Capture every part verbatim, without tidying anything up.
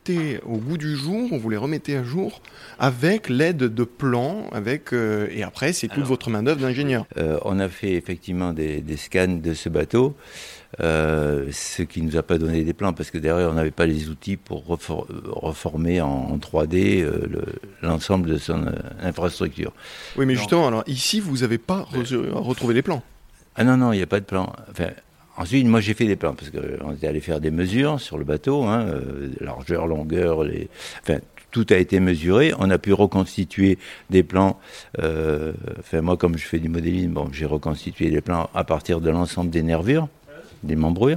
remettez au goût du jour, vous les remettez à jour avec l'aide de plans, avec, euh, et après c'est toute Alors, votre main-d'œuvre d'ingénieur. Euh, on a fait effectivement des, des scans de ce bateau, euh, ce qui ne nous a pas donné des plans, parce que derrière on n'avait pas les outils pour refor- reformer en, en trois D euh, le, l'ensemble de son euh, infrastructure. Oui, mais Donc, justement, alors ici vous n'avez pas re- retrouvé les plans. Ah non, non, il n'y a pas de plan. Enfin, ensuite, moi j'ai fait des plans, parce qu'on était allé faire des mesures sur le bateau, hein, euh, largeur, longueur, les... enfin, tout a été mesuré. On a pu reconstituer des plans. Euh, enfin, moi, comme je fais du modélisme, bon, j'ai reconstitué des plans à partir de l'ensemble des nervures, des membrures.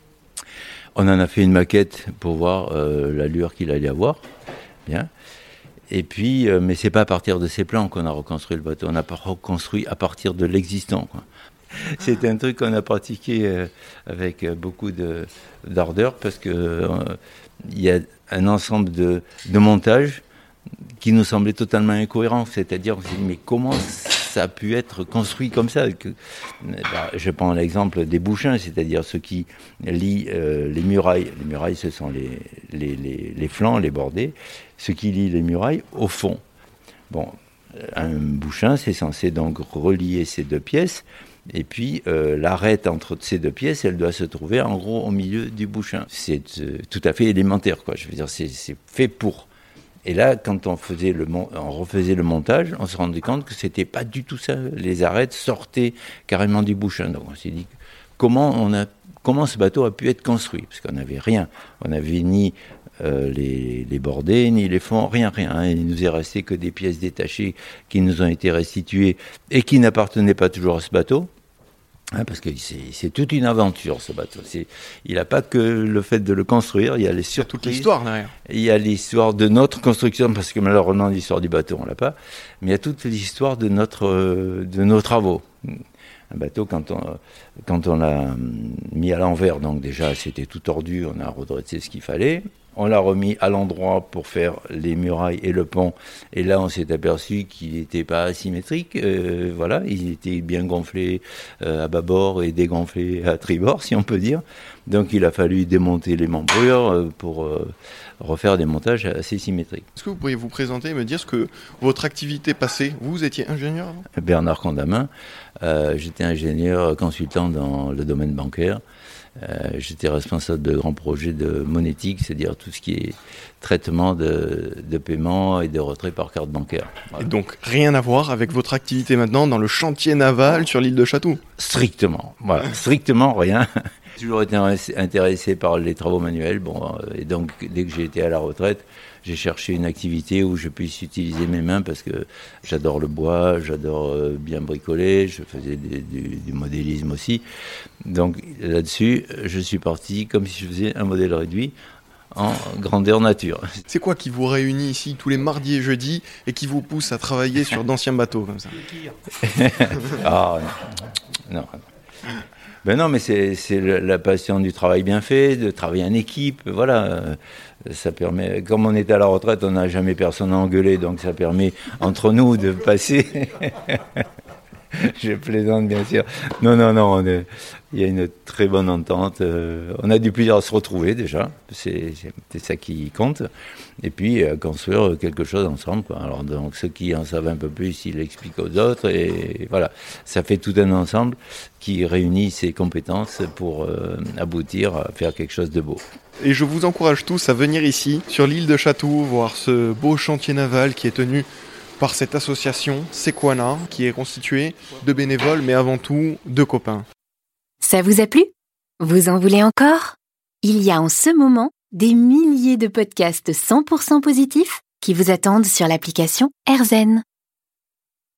On en a fait une maquette pour voir euh, l'allure qu'il allait avoir. Bien. Et puis, euh, mais c'est pas à partir de ces plans qu'on a reconstruit le bateau. On a reconstruit à partir de l'existant, quoi. C'est un truc qu'on a pratiqué euh, avec beaucoup de, d'ardeur, parce que euh, il y a un ensemble de, de montages qui nous semblait totalement incohérent. C'est-à-dire, on s'est dit, mais comment ça a pu être construit comme ça que, bah, je prends l'exemple des bouchins, c'est-à-dire ceux qui lient euh, les murailles. Les murailles, ce sont les, les, les, les flancs, les bordées. Ce qui lie les murailles au fond. Bon, un bouchin, c'est censé donc relier ces deux pièces. Et puis, euh, l'arête entre ces deux pièces, elle doit se trouver en gros au milieu du bouchin. C'est euh, tout à fait élémentaire, quoi. Je veux dire, c'est, c'est fait pour. Et là, quand on, faisait le mon- on refaisait le montage, on se rendait compte que c'était pas du tout ça. Les arêtes sortaient carrément du bouchin. Donc on s'est dit, comment, on a, comment ce bateau a pu être construit ? Parce qu'on n'avait rien. On n'avait ni euh, les, les bordées, ni les fonds, rien, rien. Hein. Il nous est resté que des pièces détachées qui nous ont été restituées et qui n'appartenaient pas toujours à ce bateau. Hein, parce que c'est, c'est toute une aventure, ce bateau. C'est, il n'a pas que le fait de le construire, il y a les surprises. Toute l'histoire derrière. Il y a l'histoire de notre construction, parce que malheureusement l'histoire du bateau on l'a pas, mais il y a toute l'histoire de notre euh, de nos travaux. Un bateau, quand on quand on l'a mis à l'envers, donc déjà c'était tout tordu, on a redressé ce qu'il fallait. On l'a remis à l'endroit pour faire les murailles et le pont. Et là, on s'est aperçu qu'il n'était pas asymétrique. Euh, voilà, il était bien gonflé euh, à bâbord et dégonflé à tribord, si on peut dire. Donc, il a fallu démonter les membrures euh, pour euh, refaire des montages assez symétriques. Est-ce que vous pourriez vous présenter et me dire ce que votre activité passée, vous étiez ingénieur avant ? Bernard Condamin, euh, j'étais ingénieur consultant dans le domaine bancaire. Euh, j'étais responsable de grands projets de monétique, c'est-à-dire tout ce qui est traitement de, de paiement et de retrait par carte bancaire. Voilà. Et donc, rien à voir avec votre activité maintenant dans le chantier naval sur l'île de Chatou ? Strictement, voilà, strictement rien. J'ai toujours été intéressé par les travaux manuels, bon, et donc dès que j'ai été à la retraite, j'ai cherché une activité où je puisse utiliser mes mains parce que j'adore le bois, j'adore bien bricoler, je faisais des, du, du modélisme aussi. Donc là-dessus, je suis parti comme si je faisais un modèle réduit en grandeur nature. C'est quoi qui vous réunit ici tous les mardis et jeudis et qui vous pousse à travailler sur d'anciens bateaux comme ça ? Ah non, non. Ben non, mais c'est, c'est la passion du travail bien fait, de travailler en équipe, voilà. Ça permet, comme on est à la retraite, on n'a jamais personne à engueuler, donc ça permet entre nous de passer. Je plaisante bien sûr. Non, non, non, on est, il y a une très bonne entente. Euh, on a du plaisir à se retrouver déjà, c'est, c'est, c'est ça qui compte. Et puis à construire quelque chose ensemble, quoi. Alors donc ceux qui en savent un peu plus, ils l'expliquent aux autres et voilà, ça fait tout un ensemble qui réunit ses compétences pour euh, aboutir à faire quelque chose de beau. Et je vous encourage tous à venir ici, sur l'île de Chatou, voir ce beau chantier naval qui est tenu par cette association Sequana, qui est constituée de bénévoles, mais avant tout de copains. Ça vous a plu ? Vous en voulez encore ? Il y a en ce moment des milliers de podcasts cent pour cent positifs qui vous attendent sur l'application AirZen.